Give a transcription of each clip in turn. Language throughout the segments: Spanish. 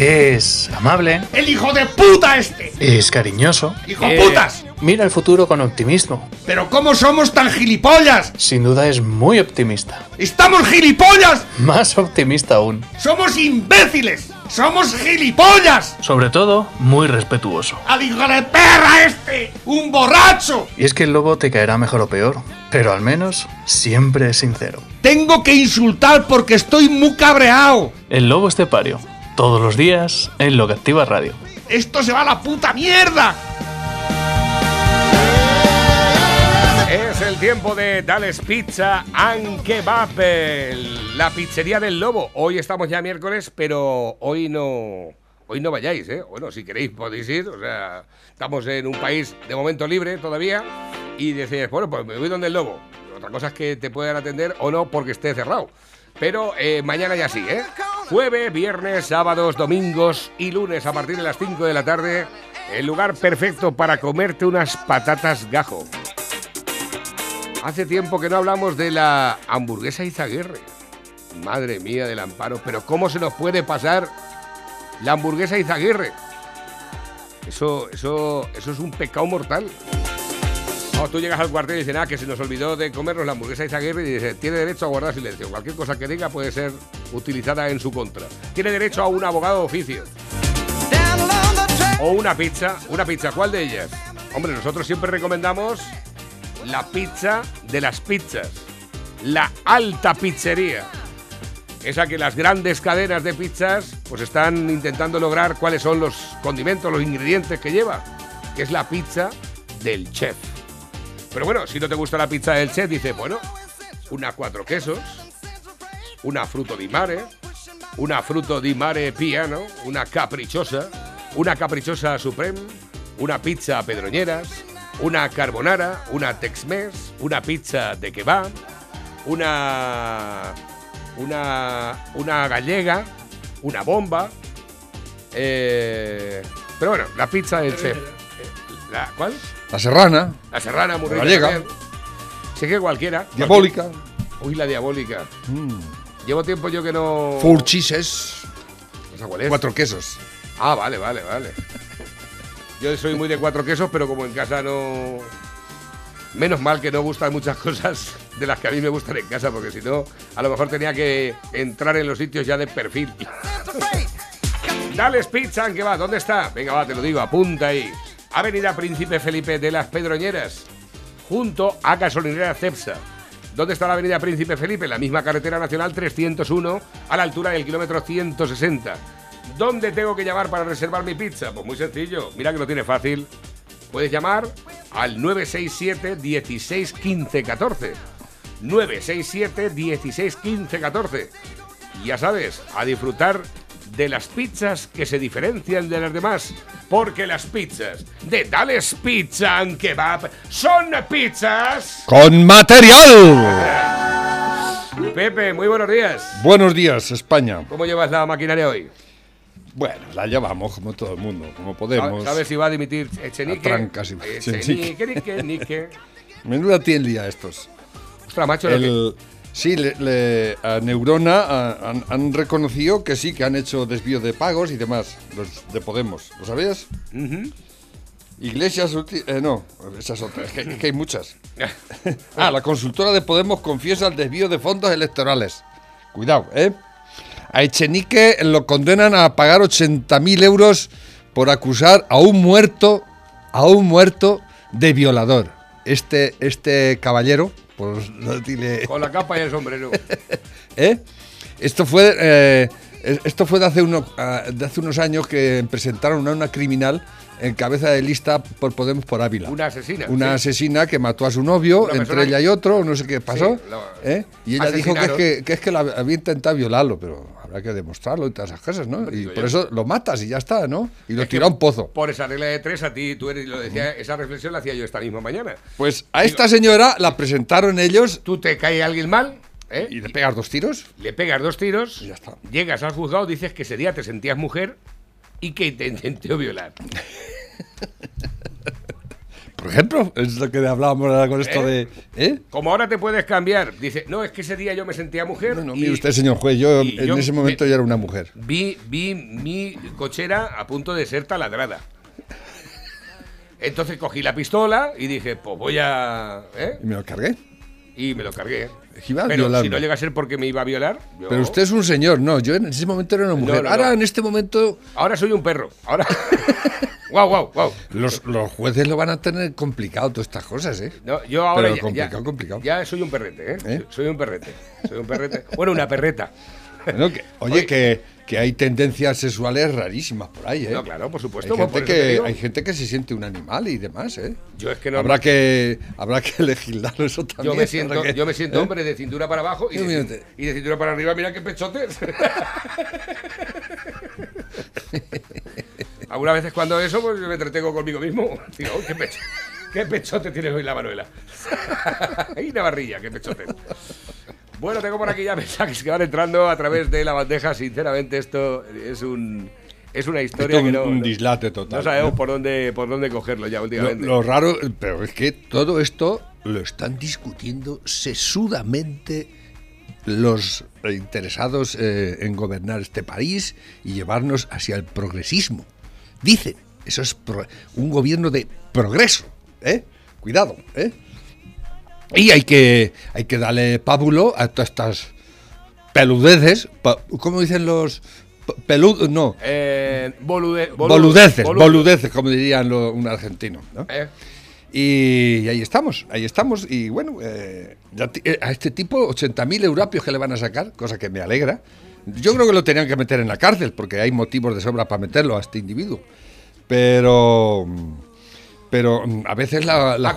Es amable. ¡El hijo de puta este! Es cariñoso. ¡Hijo de putas! Mira el futuro con optimismo. ¿Pero cómo somos tan gilipollas? Sin duda es muy optimista. ¡Estamos gilipollas! Más optimista aún. ¡Somos imbéciles! ¡Somos gilipollas! Sobre todo, muy respetuoso. ¡Al hijo de perra este! ¡Un borracho! Y es que el lobo te caerá mejor o peor, pero al menos siempre es sincero. Tengo que insultar porque estoy muy cabreado. El lobo estepario. Todos los días en Lo que Activa Radio. ¡Esto se va a la puta mierda! Es el tiempo de Dales Pizza and Kebab, la pizzería del lobo. Hoy estamos ya miércoles, pero hoy no vayáis, ¿eh? Bueno, si queréis podéis ir, o sea, estamos en un país de momento libre todavía y decís, bueno, pues me voy donde el lobo. Otra cosa es que te puedan atender o no porque esté cerrado. Pero mañana ya sí, ¿eh? Jueves, viernes, sábados, domingos y lunes a partir de las 5 de la tarde, el lugar perfecto para comerte unas patatas gajo. Hace tiempo que no hablamos de la hamburguesa Izaguirre. Madre mía del amparo, pero ¿cómo se nos puede pasar la hamburguesa Izaguirre? Eso es un pecado mortal. No, tú llegas al cuartel y dices, que se nos olvidó de comernos la hamburguesa Izaguirre, y dices, tiene derecho a guardar silencio. Cualquier cosa que diga puede ser utilizada en su contra. Tiene derecho a un abogado de oficio. O una pizza. ¿Cuál de ellas? Hombre, nosotros siempre recomendamos la pizza de las pizzas. La alta pizzería. Esa que las grandes cadenas de pizzas pues están intentando lograr cuáles son los condimentos, los ingredientes que lleva. Que es la pizza del chef. Pero bueno, si no te gusta la pizza del chef, dices, bueno, una 4 quesos, una fruto di mare, una fruto di mare piano, una caprichosa supreme, una pizza a pedroñeras, una carbonara, una tex-mex, una pizza de kebab, una gallega, una bomba, pero bueno, la pizza del chef. ¿Cuál? La serrana. La serrana, muy rica. Gallega. Sí que cualquiera. Diabólica. Uy, la diabólica. Llevo tiempo yo que no... Four cheeses. ¿Esa cuál es? 4 quesos. Ah, vale. Yo soy muy de 4 quesos, pero como en casa no... Menos mal que no gustan muchas cosas de las que a mí me gustan en casa, porque si no, a lo mejor tenía que entrar en los sitios ya de perfil. Dales Pizza, ¿en qué va? ¿Dónde está? Venga, va, te lo digo, apunta ahí. Avenida Príncipe Felipe de las Pedroñeras, junto a Gasolinera Cepsa. ¿Dónde está la Avenida Príncipe Felipe? La misma carretera nacional 301, a la altura del kilómetro 160. ¿Dónde tengo que llamar para reservar mi pizza? Pues muy sencillo, mira que lo tiene fácil. Puedes llamar al 967 16 15 14. 967 16 15 14. Y ya sabes, a disfrutar de las pizzas que se diferencian de las demás, porque las pizzas de Dales Pizza and Kebab son pizzas ¡con material! Pepe, muy buenos días. Buenos días, España. ¿Cómo llevas la maquinaria hoy? Bueno, la llevamos como todo el mundo, como podemos. ¿Sabes si va a dimitir Echenique? A trancas y Echenique. Menuda tienen día estos. Ostras, macho, Sí, a Neurona han reconocido que sí, que han hecho desvío de pagos y demás, los de Podemos. ¿Lo sabías? Iglesias... no, esas otras, es que hay muchas. La consultora de Podemos confiesa el desvío de fondos electorales. Cuidado, ¿eh? A Echenique lo condenan a pagar 80.000 euros por acusar a un muerto de violador. Este caballero... Pues no dile... Con la capa y el sombrero. Esto fue de hace unos años que presentaron a una criminal en cabeza de lista por Podemos por Ávila. Una asesina. Una asesina que mató a su novio, entre ella y otro, no sé qué pasó. Sí, y ella dijo que es que había intentado violarlo, pero habrá que demostrarlo y todas esas cosas, ¿no? Y por eso lo matas y ya está, ¿no? Y lo tiró a un pozo. Por esa regla de 3, a ti, tú eres, lo decía, esa reflexión la hacía yo esta misma mañana. Pues a esta señora la presentaron ellos. ¿Tú te cae alguien mal? ¿Y le pegas 2 tiros? Le pegas 2 tiros, y ya está. Llegas al juzgado, dices que ese día te sentías mujer y que te intentó violar. Por ejemplo, es lo que hablábamos ahora con esto de... Como ahora te puedes cambiar. Dice, no, es que ese día yo me sentía mujer. No, mire usted, señor juez, yo y en ese momento ya era una mujer. Vi mi cochera a punto de ser taladrada. Entonces cogí la pistola y dije, pues voy a... Y me lo cargué. Y me lo cargué. Pero si no llega a ser porque me iba a violar... Yo... Pero usted es un señor, no, yo en ese momento era una mujer. No. Ahora, en este momento... Ahora soy un perro. Ahora... Guau. Los jueces lo van a tener complicado todas estas cosas, ¿eh? No, yo ahora pero complicado. Ya soy un perrete, ¿eh? Soy un perrete. Bueno, una perreta. Bueno, que hay tendencias sexuales rarísimas por ahí, ¿eh? No, claro, por supuesto. Hay gente que se siente un animal y demás, ¿eh? Yo es que no. Habrá que legislar eso también. Yo me siento hombre de cintura para abajo y de cintura para arriba, mira qué pechotes. Algunas veces cuando eso, pues me entretengo conmigo mismo. Digo, qué pechote tienes hoy la Manuela. Y Navarrilla, qué pechote. Bueno, tengo por aquí ya mensajes que van entrando a través de la bandeja. Sinceramente, esto es una historia que no... un dislate total. No sabemos por dónde cogerlo ya últimamente. Lo raro, pero es que todo esto lo están discutiendo sesudamente los interesados en gobernar este país y llevarnos hacia el progresismo. Dicen, eso es un gobierno de progreso, ¿eh? Cuidado, ¿eh? Y hay que darle pábulo a todas estas peludeces. ¿Cómo dicen los peludos? No. Boludeces, como dirían un argentino, ¿no? Y ahí estamos. Y bueno, a este tipo 80.000 europios que le van a sacar, cosa que me alegra. Yo creo que lo tenían que meter en la cárcel, porque hay motivos de sobra para meterlo a este individuo. Pero a veces la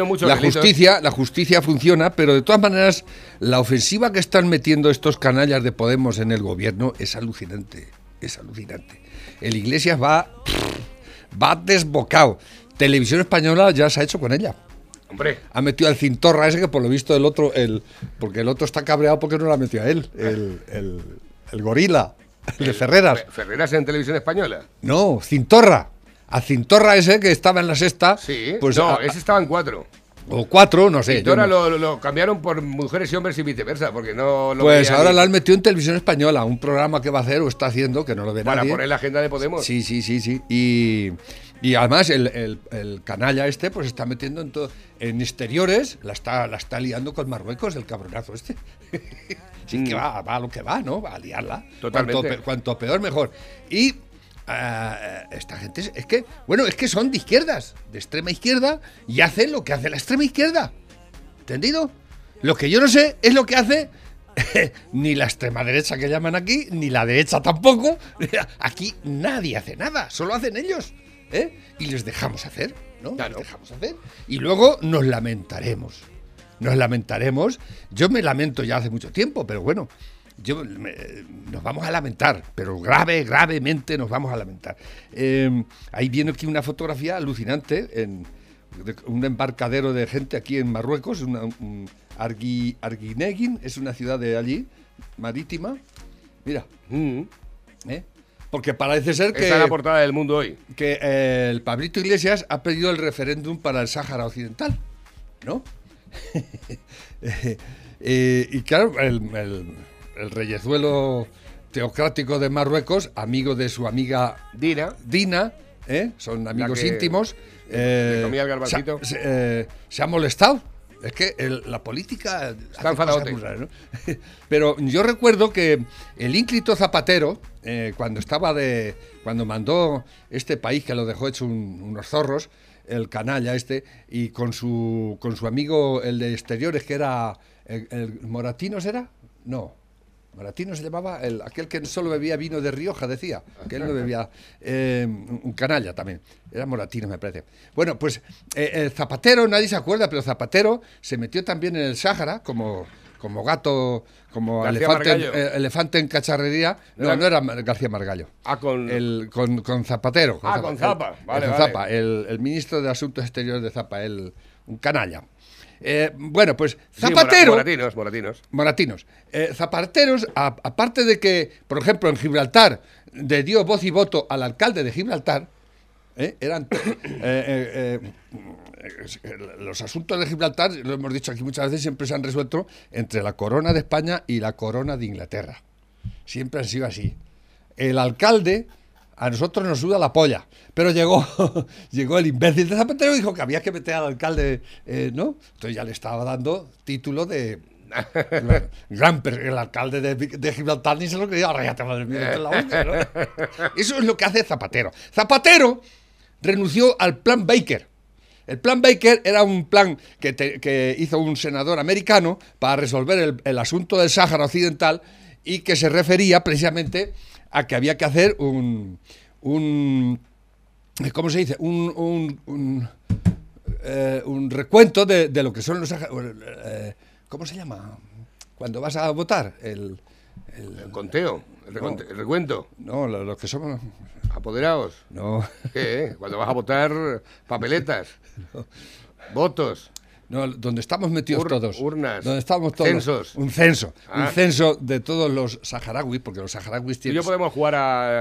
justicia funciona, pero de todas maneras la ofensiva que están metiendo estos canallas de Podemos en el gobierno es alucinante. El Iglesias va desbocado. Televisión Española ya se ha hecho con ella. Hombre. Ha metido al cintorra ese que por lo visto porque el otro está cabreado porque no lo ha metido a él, el gorila, el de Ferreras. ¿Ferreras en Televisión Española? No, Cintorra. A Cintorra ese que estaba en la sexta. Sí, pues ese estaba en 4. O 4, no sé. Cintorra lo cambiaron por Mujeres y Hombres y viceversa, porque no lo pues ahora la han metido en Televisión Española, un programa que va a hacer o está haciendo, que no lo ve nadie. Para poner la agenda de Podemos. Sí. Y además el canalla este pues está metiendo en exteriores, la está liando con Marruecos, el cabronazo este. Sí que va a lo que va, ¿no? Va a liarla. Totalmente. Cuanto peor, mejor. Y esta gente es que son de izquierdas, de extrema izquierda, y hacen lo que hace la extrema izquierda. ¿Entendido? Lo que yo no sé es lo que hace ni la extrema derecha que llaman aquí, ni la derecha tampoco. Aquí nadie hace nada, solo hacen ellos. Y les dejamos hacer, ¿no? Claro. Les dejamos hacer. Y luego nos lamentaremos. Yo me lamento ya hace mucho tiempo, pero bueno, nos vamos a lamentar, pero gravemente nos vamos a lamentar. Ahí viene aquí una fotografía alucinante de un embarcadero de gente aquí en Marruecos, Arguineguín, es una ciudad de allí, marítima. Mira. Porque parece ser que... Está en la portada del Mundo hoy. Que el Pablito Iglesias ha pedido el referéndum para el Sáhara Occidental, ¿no? Y claro, el reyezuelo teocrático de Marruecos, amigo de su amiga Dina, son amigos íntimos. Le comía el garbancito. Se ha molestado. Es que la política está enfadadote, ¿no? Pero yo recuerdo que el ínclito Zapatero, cuando mandó este país que lo dejó hecho unos zorros, el canalla y con su amigo el de exteriores, que era el Moratinos, ¿era? No. Moratinos se llamaba aquel que solo bebía vino de Rioja, decía, que él no bebía, un canalla también, era Moratinos me parece. Bueno, pues el Zapatero, nadie se acuerda, pero Zapatero se metió también en el Sáhara como gato, como elefante en cacharrería. No era García Margallo. Con Zapatero. Con Zapa. Vale. Zapa, el ministro de Asuntos Exteriores de Zapa, un canalla. Bueno, pues Zapatero... Sí, Moratinos. Zapateros, aparte de que, por ejemplo, en Gibraltar le dio voz y voto al alcalde de Gibraltar, Eran los asuntos de Gibraltar, lo hemos dicho aquí muchas veces, siempre se han resuelto entre la corona de España y la corona de Inglaterra. Siempre han sido así. El alcalde a nosotros nos suda la polla, pero llegó el imbécil de Zapatero y dijo que había que meter al alcalde, ¿no? Entonces ya le estaba dando título de el alcalde de Gibraltar ni se lo creía. Ahora ya te madre mía, esto es la hostia, ¿no? Eso es lo que hace Zapatero. Zapatero renunció al plan Baker. El plan Baker era un plan que hizo un senador americano para resolver el asunto del Sáhara Occidental y que se refería precisamente a que había que hacer un ¿cómo se dice? Un recuento de lo que son los ¿cómo se llama? Cuando vas a votar el conteo, el recuento. No, los que somos Apoderados. no. ¿Qué? Cuando vas a votar, papeletas, votos. No, donde estamos metidos todos. Urnas. Donde estamos todos. Censos. Un censo. Ah. Un censo de todos los saharauis, porque los saharauis Tú y tienen... yo podemos jugar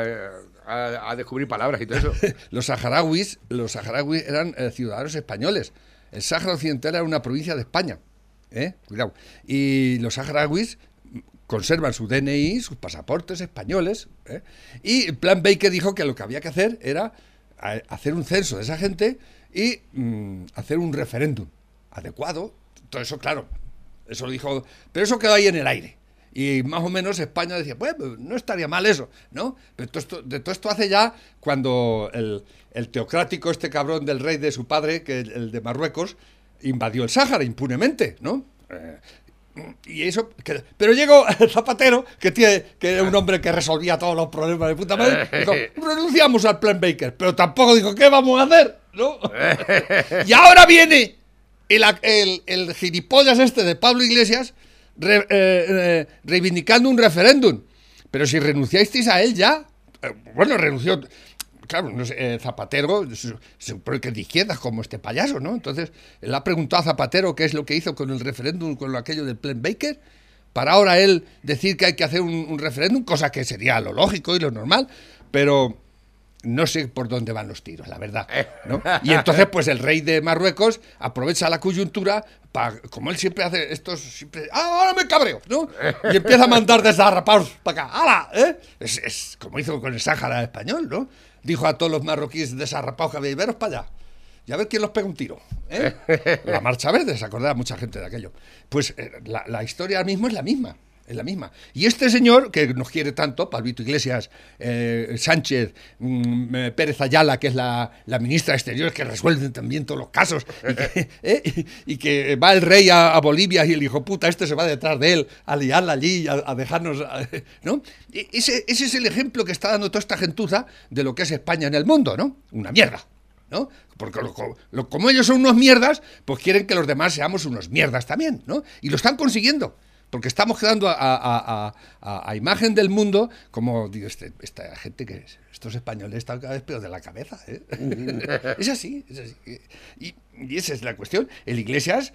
a descubrir palabras y todo eso. Los saharauis eran ciudadanos españoles. El Sáhara Occidental era una provincia de España. Cuidado. Y los saharauis conservan su DNI, sus pasaportes españoles. Y el plan Baker dijo que lo que había que hacer era hacer un censo de esa gente y hacer un referéndum adecuado. Todo eso, claro, eso lo dijo, pero eso quedó ahí en el aire. Y más o menos España decía, pues no estaría mal eso, ¿no? Pero todo esto hace ya cuando el teocrático, este cabrón del rey de su padre, que el de Marruecos, invadió el Sáhara impunemente, ¿no? Y eso, pero llegó Zapatero, que era un hombre que resolvía todos los problemas de puta madre, dijo, renunciamos al plan Baker, pero tampoco dijo, ¿qué vamos a hacer? ¿No? Y ahora viene el gilipollas este de Pablo Iglesias reivindicando un referéndum. Pero si renunciasteis a él ya, bueno, renunció, claro, no sé, Zapatero se supone que es de izquierdas como este payaso, ¿no? Entonces, él ha preguntado a Zapatero qué es lo que hizo con el referéndum, con aquello del plan Baker, para ahora él decir que hay que hacer un referéndum, cosa que sería lo lógico y lo normal, pero no sé por dónde van los tiros, la verdad, ¿no? Y entonces, pues el rey de Marruecos aprovecha la coyuntura para, como él siempre hace, ahora me cabreo, ¿no? Y empieza a mandar desarrapados para acá, ¡hala! Es como hizo con el Sáhara español, ¿no? Dijo a todos los marroquíes desarrapados que había, veros para allá, y a ver quién los pega un tiro, La Marcha Verde, se acordará mucha gente de aquello. Pues la historia ahora mismo es la misma. Es la misma. Y este señor, que nos quiere tanto, Pablito Iglesias, Sánchez, Pérez Ayala, que es la ministra de Exteriores, que resuelven también todos los casos, y que va el rey a Bolivia y el hijo puta este se va detrás de él a liarla allí, a dejarnos, ¿no? Ese es el ejemplo que está dando toda esta gentuza de lo que es España en el mundo, ¿no? Una mierda, ¿no? Porque como ellos son unos mierdas, pues quieren que los demás seamos unos mierdas también, ¿no? Y lo están consiguiendo. Porque estamos quedando a imagen del mundo como, digo, esta gente estos españoles están cada vez peor de la cabeza, ¿eh? Es así. Y esa es la cuestión. El Iglesias,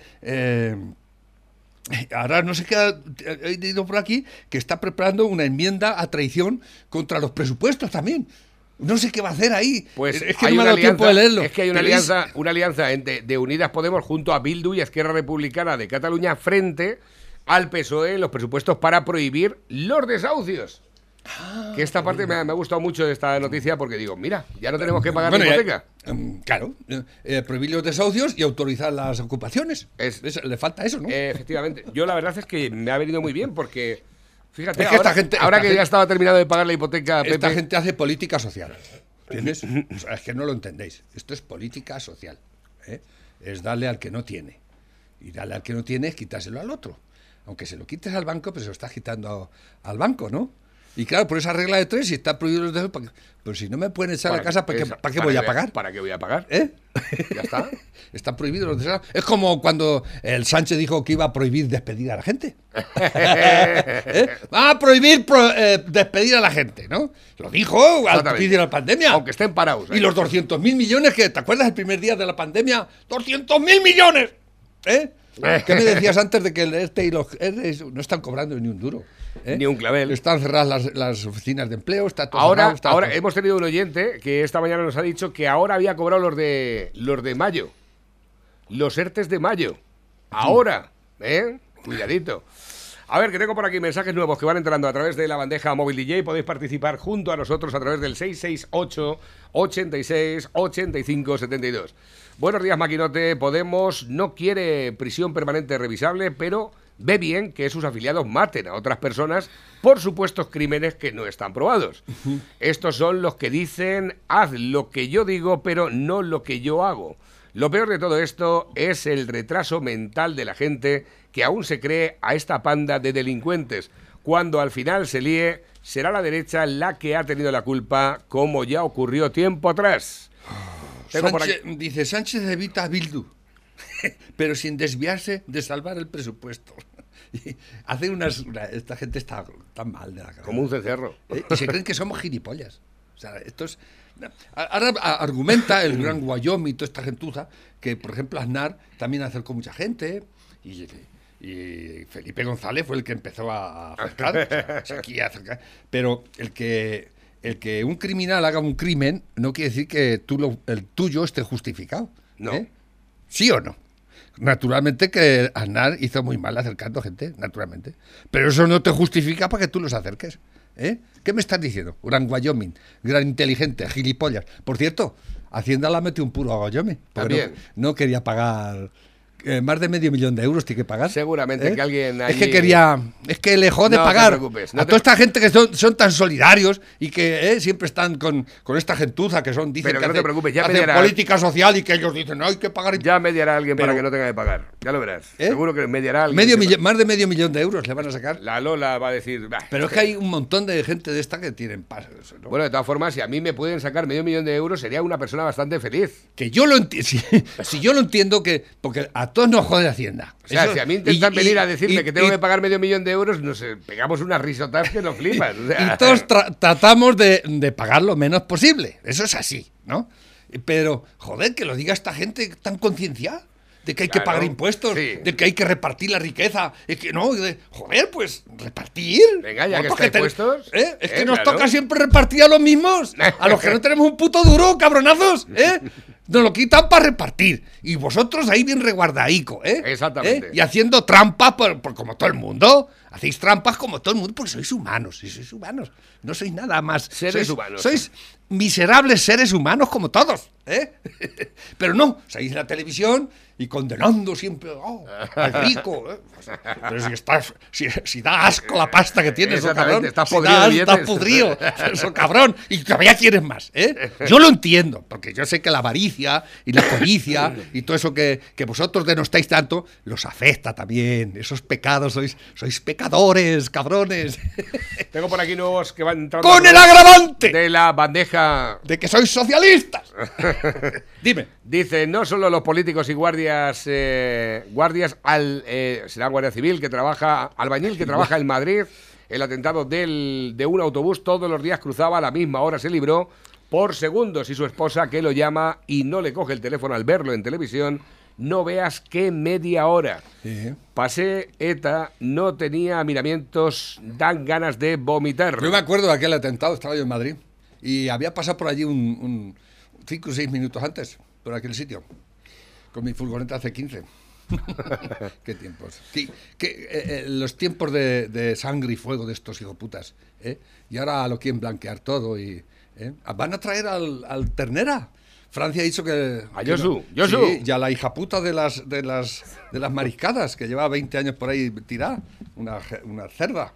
ahora no sé qué, he leído por aquí, que está preparando una enmienda a traición contra los presupuestos también. No sé qué va a hacer ahí. Pues es que no me ha dado tiempo de leerlo. Es que hay una alianza de Unidas Podemos junto a Bildu y Esquerra Republicana de Cataluña frente al PSOE en los presupuestos para prohibir los desahucios. Que esta parte me ha gustado mucho de esta noticia porque digo, mira, ya no tenemos que pagar la hipoteca. Claro, prohibir los desahucios y autorizar las ocupaciones. Le falta eso, ¿no? Efectivamente. Yo la verdad es que me ha venido muy bien porque, fíjate, es que ahora que ya estaba terminado de pagar la hipoteca, esta Pepe, gente hace política social. ¿Entiendes? O sea, es que no lo entendéis. Esto es política social. Es darle al que no tiene. Y darle al que no tiene es quitárselo al otro. Aunque se lo quites al banco, pues se lo estás quitando al banco, ¿no? Y claro, por esa regla de 3, si está prohibido los desahucios, pues si no me pueden echar a la casa, ¿para qué voy a pagar? ¿Para qué voy a pagar? Ya está. Están prohibidos los desahucios. Es como cuando el Sánchez dijo que iba a prohibir despedir a la gente. Va a prohibir despedir a la gente, ¿no? Lo dijo al principio de la pandemia. Aunque estén parados. Y los 200.000 millones que, ¿te acuerdas el primer día de la pandemia? ¡200.000 millones! ¿Qué me decías antes de que el ERTE y los ERTE no están cobrando ni un duro? Ni un clavel. Están cerradas las oficinas de empleo, está todo Ahora, cerrado, está ahora todo. hemos tenido un oyente que esta mañana nos ha dicho que ahora había cobrado los de mayo. Los ERTES de mayo. Ahora, cuidadito. A ver, que tengo por aquí mensajes nuevos que van entrando a través de la bandeja móvil DJ. Podéis participar junto a nosotros a través del 668 86 85 72. Buenos días, Maquinote. Podemos no quiere prisión permanente revisable, pero ve bien que sus afiliados maten a otras personas por supuestos crímenes que no están probados. Estos son los que dicen, haz lo que yo digo, pero no lo que yo hago. Lo peor de todo esto es el retraso mental de la gente que aún se cree a esta panda de delincuentes. Cuando al final se líe, será la derecha la que ha tenido la culpa, como ya ocurrió tiempo atrás. Dice, Sánchez evita a Bildu, pero sin desviarse de salvar el presupuesto. Hace esta gente está tan mal de la cabeza. Como un cencerro. Y se creen que somos gilipollas. O sea, estos... Ahora argumenta el gran Wyoming y toda esta gentuza que, por ejemplo, Aznar también acercó mucha gente y Felipe González fue el que empezó a acercar. Pero el que un criminal haga un crimen no quiere decir que el tuyo esté justificado. No. ¿Sí o no? Naturalmente que Aznar hizo muy mal acercando gente, naturalmente. Pero eso no te justifica para que tú los acerques. ¿Qué me estás diciendo? Gran Wyoming, gran inteligente, gilipollas. Por cierto, Hacienda la metió un puro a Wyoming. También. No quería pagar... más de $500,000 tiene que pagar. Seguramente que alguien allí... Es que le jode pagar a toda esta gente que son tan solidarios y que siempre están con esta gentuza que dicen pero que no te preocupes, ya hacen mediará, política social y que ellos dicen, no, hay que pagar. Ya mediará alguien para que no tenga que pagar. Ya lo verás. Seguro que mediará alguien. Más de $500,000 le van a sacar. La Lola va a decir... Bah, pero es que hay un montón de gente de esta que tienen pasos, ¿no? Bueno, de todas formas, si a mí me pueden sacar $500,000, sería una persona bastante feliz. Que yo lo entiendo. Si yo lo entiendo, porque a todos nos jode Hacienda. O sea, si a mí intentan venir a decirme que tengo que pagar $500,000, no sé, pegamos unas risotas que nos flipan. O sea, y todos tratamos de pagar lo menos posible. Eso es así, ¿no? Pero, joder, que lo diga esta gente tan concienciada. De que hay que pagar impuestos, de que hay que repartir la riqueza. Es que no, joder, pues repartir. Venga, ya que está impuestos. Es que nos toca siempre repartir a los mismos. A los que no tenemos un puto duro, cabronazos. Nos lo quitan para repartir. Y vosotros ahí bien reguardaico, Exactamente. Y haciendo trampas como todo el mundo. Hacéis trampas como todo el mundo porque sois humanos. Y sois humanos. No sois nada más. Seres humanos. Sois miserables seres humanos como todos. Pero no, salís en la televisión y condenando siempre al rico. Pero si da asco la pasta que tienes, cabrón. Estás podrido. Estás podrido, eso cabrón. Y todavía quieres más. Yo lo entiendo, porque yo sé que la avaricia y la codicia y todo eso que vosotros denostáis tanto, los afecta también. Esos pecados, sois pecadores, cabrones. Tengo por aquí nuevos que van entrando. ¡Con el agravante! De la bandeja. De que sois socialistas. Dime. Dice, no solo los políticos y guardias será Guardia Civil que trabaja, albañil que trabaja en Madrid, el atentado de un autobús todos los días cruzaba a la misma hora, se libró por segundos y su esposa que lo llama y no le coge el teléfono al verlo en televisión, no veas qué media hora. Pasé ETA, no tenía miramientos, dan ganas de vomitar. Yo me acuerdo de aquel atentado, estaba yo en Madrid y había pasado por allí un 5 o 6 minutos antes, por aquel sitio, con mi furgoneta C15. Qué tiempos. Los tiempos de sangre y fuego de estos hijoputas. Y ahora lo quieren blanquear todo. Van a traer al Ternera. Francia ha dicho que... A Josu. Sí, y a la hijaputa de las mariscadas, que lleva 20 años por ahí tirada. Una cerda.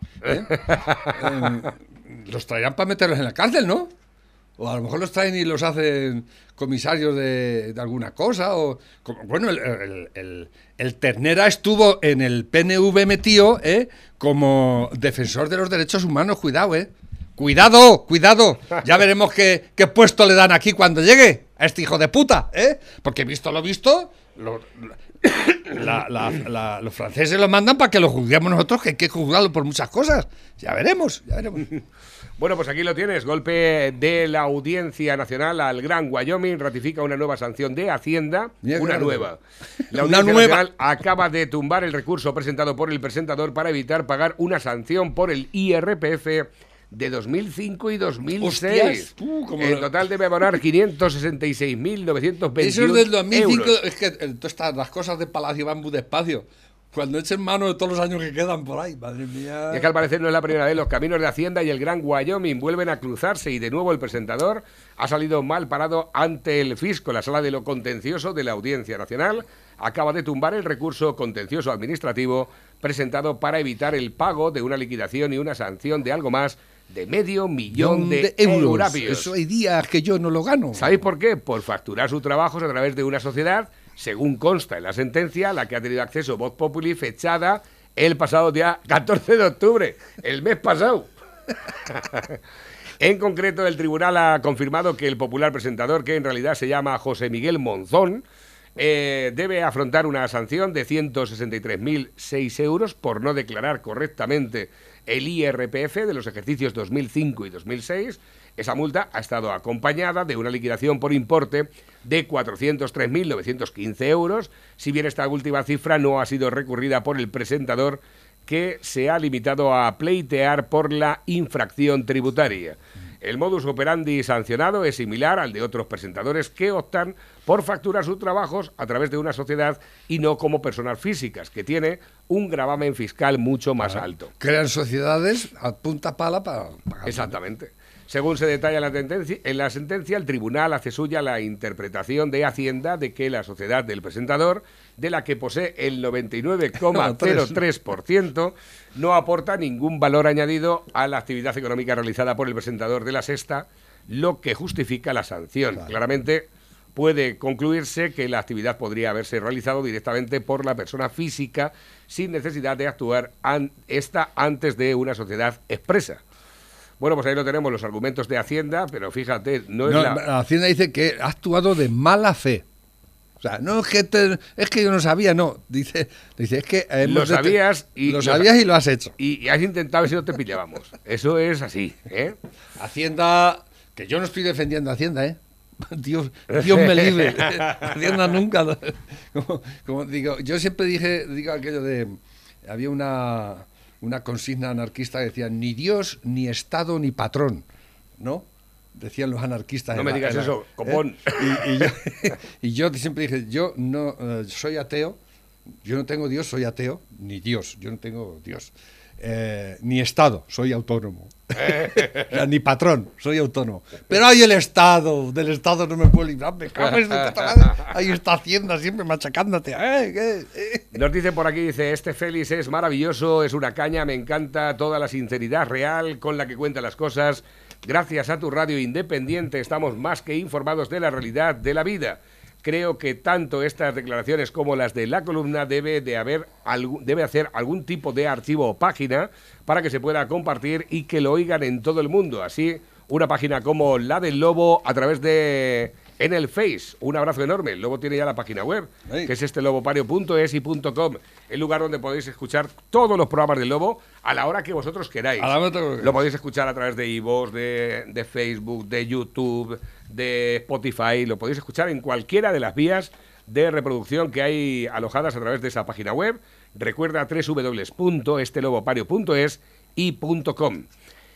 Los traerán para meterlos en la cárcel, ¿no? O a lo mejor los traen y los hacen comisarios de alguna cosa. Bueno, el Ternera estuvo en el PNV metido como defensor de los derechos humanos. Cuidado, Cuidado. Ya veremos qué puesto le dan aquí cuando llegue a este hijo de puta, Porque visto lo visto, Los franceses lo mandan para que lo juzguemos nosotros, que hay que juzgarlo por muchas cosas. Ya veremos, ya veremos. Bueno, pues aquí lo tienes. Golpe de la Audiencia Nacional al Gran Wyoming. Ratifica una nueva sanción de Hacienda. Mira, Una claro. nueva. La Audiencia Nacional acaba de tumbar el recurso presentado por el presentador para evitar pagar una sanción por el IRPF de 2005 y 2006. Hostias, tú, como En la- total debe abonar 566.921 Eso es del 2005. euros. Es que las cosas de Palacio van muy despacio. Cuando echen mano de todos los años que quedan por ahí, madre mía. Y es que al parecer no es la primera vez. Los caminos de Hacienda y el Gran Wyoming vuelven a cruzarse y de nuevo el presentador ha salido mal parado ante el fisco. La sala de lo contencioso de la Audiencia Nacional acaba de tumbar el recurso contencioso administrativo presentado para evitar el pago de una liquidación y una sanción de algo más de $500 000 de euros. Eso hay días que yo no lo gano. ¿Sabéis por qué? Por facturar sus trabajos a través de una sociedad, según consta en la sentencia, a la que ha tenido acceso Voz Populi, fechada el pasado día 14 de octubre, el mes pasado. En concreto, el tribunal ha confirmado que el popular presentador, que en realidad se llama José Miguel Monzón, debe afrontar una sanción de 163.006 euros por no declarar correctamente el IRPF de los ejercicios 2005 y 2006. Esa multa ha estado acompañada de una liquidación por importe de 403.915 euros, si bien esta última cifra no ha sido recurrida por el presentador, que se ha limitado a pleitear por la infracción tributaria. El modus operandi sancionado es similar al de otros presentadores que optan por facturar sus trabajos a través de una sociedad y no como personas físicas, que tiene un gravamen fiscal mucho más alto. Crean sociedades a punta pala para pagar. Exactamente. Según se detalla en la sentencia, el tribunal hace suya la interpretación de Hacienda de que la sociedad del presentador, de la que posee el 99,03%, no aporta ningún valor añadido a la actividad económica realizada por el presentador de La Sexta, lo que justifica la sanción. Claro. Claramente puede concluirse que la actividad podría haberse realizado directamente por la persona física sin necesidad de actuar esta antes de una sociedad expresa. Bueno, pues ahí lo tenemos, los argumentos de Hacienda, pero fíjate, no es la... Hacienda dice que ha actuado de mala fe. O sea, no es que es que yo no sabía, no. Dice es que Lo sabías y lo sabías y lo has hecho. Y has intentado ver si no te pillábamos. Eso es así, ¿eh? Hacienda, que yo no estoy defendiendo a Hacienda, ¿eh? Dios me libre. Hacienda nunca. Como digo, yo siempre digo aquello de, había una consigna anarquista que decía ni Dios, ni Estado, ni patrón, ¿no? Decían los anarquistas. No me digas eso, copón. Y yo siempre dije, yo no soy ateo, yo no tengo Dios, soy ateo, ni Dios, yo no tengo Dios. Ni Estado, soy autónomo. O sea, ni patrón, soy autónomo. Pero hay el Estado, del Estado no me puedo librar, me cago en su puta madre. Ahí está Hacienda siempre machacándote. Nos dice por aquí, dice, este Félix es maravilloso, es una caña, me encanta toda la sinceridad real con la que cuenta las cosas. Gracias a tu radio independiente estamos más que informados de la realidad de la vida. Creo que tanto estas declaraciones como las de la columna debe hacer algún tipo de archivo o página para que se pueda compartir y que lo oigan en todo el mundo. Así, una página como la del Lobo a través de... en el Face. Un abrazo enorme. El Lobo tiene ya la página web, que es lobopario.es y .com, el lugar donde podéis escuchar todos los programas del Lobo a la hora que vosotros queráis. Lo podéis escuchar a través de iVoox, de Facebook, de YouTube, de Spotify. Lo podéis escuchar en cualquiera de las vías de reproducción que hay alojadas a través de esa página web. Recuerda www.estelobopario.es y .com.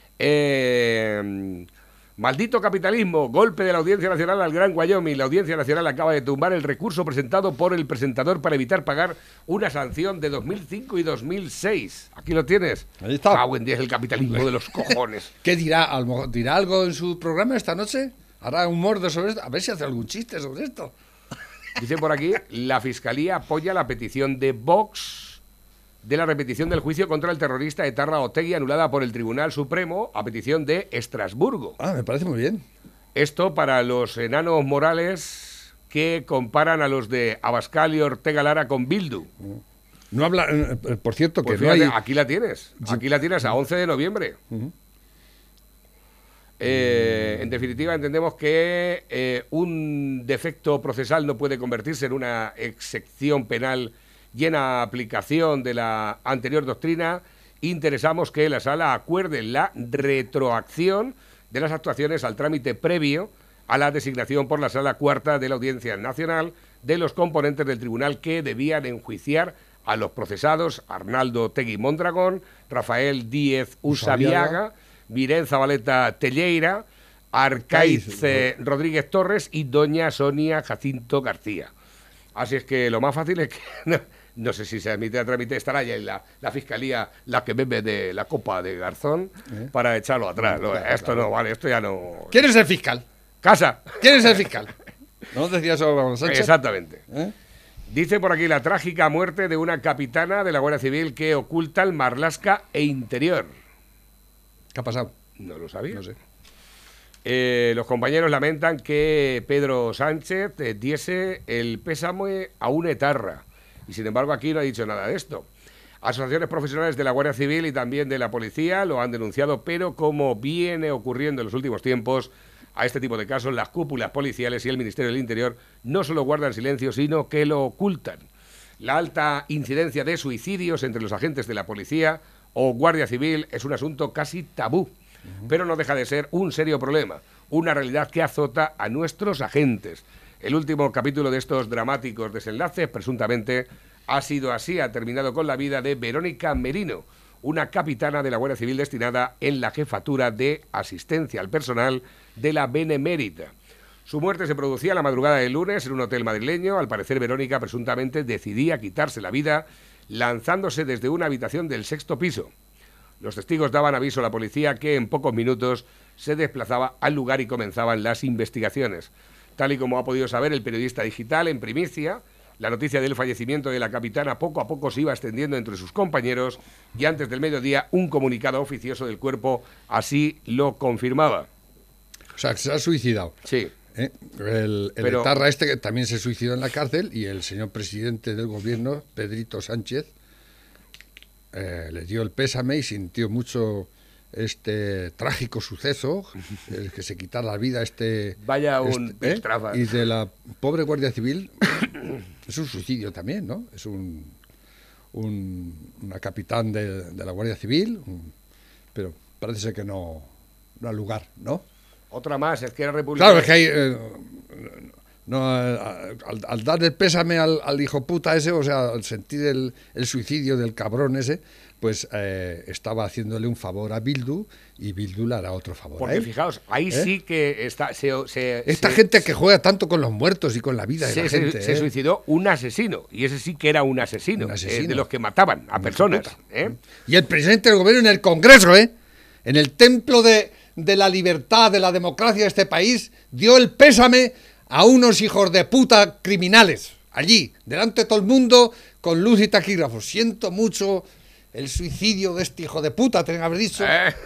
Maldito capitalismo, golpe de la Audiencia Nacional al Gran Wyoming. La Audiencia Nacional acaba de tumbar el recurso presentado por el presentador para evitar pagar una sanción de 2005 y 2006. Aquí lo tienes. Ahí está. Buen día es el capitalismo de los cojones. ¿Qué dirá? A lo mejor dirá algo en su programa esta noche. ¿Hará humor sobre esto? A ver si hace algún chiste sobre esto. Dice por aquí, la Fiscalía apoya la petición de Vox de la repetición del juicio contra el terrorista Etarra Otegi anulada por el Tribunal Supremo a petición de Estrasburgo. Ah, me parece muy bien. Esto para los enanos morales que comparan a los de Abascal y Ortega Lara con Bildu. No habla, por cierto, Pues que fíjate, no hay... aquí la tienes a 11 de noviembre. En definitiva, entendemos que un defecto procesal no puede convertirse en una excepción penal y en aplicación de la anterior doctrina, interesamos que la Sala acuerde la retroacción de las actuaciones al trámite previo a la designación por la Sala Cuarta de la Audiencia Nacional de los componentes del tribunal que debían enjuiciar a los procesados Arnaldo Otegui Mondragón, Rafael Díez Usabiaga, Virén Zabaleta Telleira, Arcaiz Rodríguez Torres y doña Sonia Jacinto García. Así es que lo más fácil es que... No sé si se admite a trámite, estará ya en la fiscalía la que bebe de la copa de Garzón para echarlo atrás. No, esto no vale, esto ya no... ¿Quién es el fiscal? ¡Casa! ¿Quién es el fiscal? ¿No decías eso, Sánchez? Exactamente. Dice por aquí la trágica muerte de una capitana de la Guardia Civil que oculta el Marlaska e Interior. ¿Qué ha pasado? No lo sabía. No sé. Los compañeros lamentan que Pedro Sánchez diese el pésame a un etarra. Y sin embargo aquí no ha dicho nada de esto. Asociaciones profesionales de la Guardia Civil y también de la Policía lo han denunciado, pero como viene ocurriendo en los últimos tiempos, a este tipo de casos las cúpulas policiales y el Ministerio del Interior no solo guardan silencio, sino que lo ocultan. La alta incidencia de suicidios entre los agentes de la Policía o Guardia Civil es un asunto casi tabú, pero no deja de ser un serio problema, una realidad que azota a nuestros agentes. El último capítulo de estos dramáticos desenlaces, presuntamente, ha sido así, ha terminado con la vida de Verónica Merino, una capitana de la Guardia Civil destinada en la jefatura de asistencia al personal de la Benemérita. Su muerte se producía la madrugada del lunes en un hotel madrileño. Al parecer, Verónica presuntamente decidía quitarse la vida lanzándose desde una habitación del 6º piso. Los testigos daban aviso a la policía que en pocos minutos se desplazaba al lugar y comenzaban las investigaciones. Tal y como ha podido saber el periodista digital en primicia, la noticia del fallecimiento de la capitana poco a poco se iba extendiendo entre sus compañeros y antes del mediodía un comunicado oficioso del cuerpo así lo confirmaba. O sea, que se ha suicidado. Sí. El etarra este que también se suicidó en la cárcel y el señor presidente del gobierno, Pedrito Sánchez, le dio el pésame y sintió mucho este trágico suceso, el que se quitara la vida Vaya un y de la pobre Guardia Civil. Es un suicidio también, ¿no? Es una capitán de la Guardia Civil, pero parece ser que no ha lugar, ¿no? Otra más, es que era republicana. Claro, es que hay... al dar el pésame al hijo puta ese, o sea, al sentir el suicidio del cabrón ese, pues estaba haciéndole un favor a Bildu y Bildu le hará otro favor. Porque fijaos, ahí sí que está... Esta gente que juega tanto con los muertos y con la vida de la gente. Se suicidó un asesino, y ese sí que era un asesino. De los que mataban a personas. Y el presidente del gobierno en el Congreso, en el templo de la libertad, de la democracia de este país, dio el pésame a unos hijos de puta criminales, allí, delante de todo el mundo, con luz y taquígrafo. Siento mucho el suicidio de este hijo de puta, tengo que haber dicho.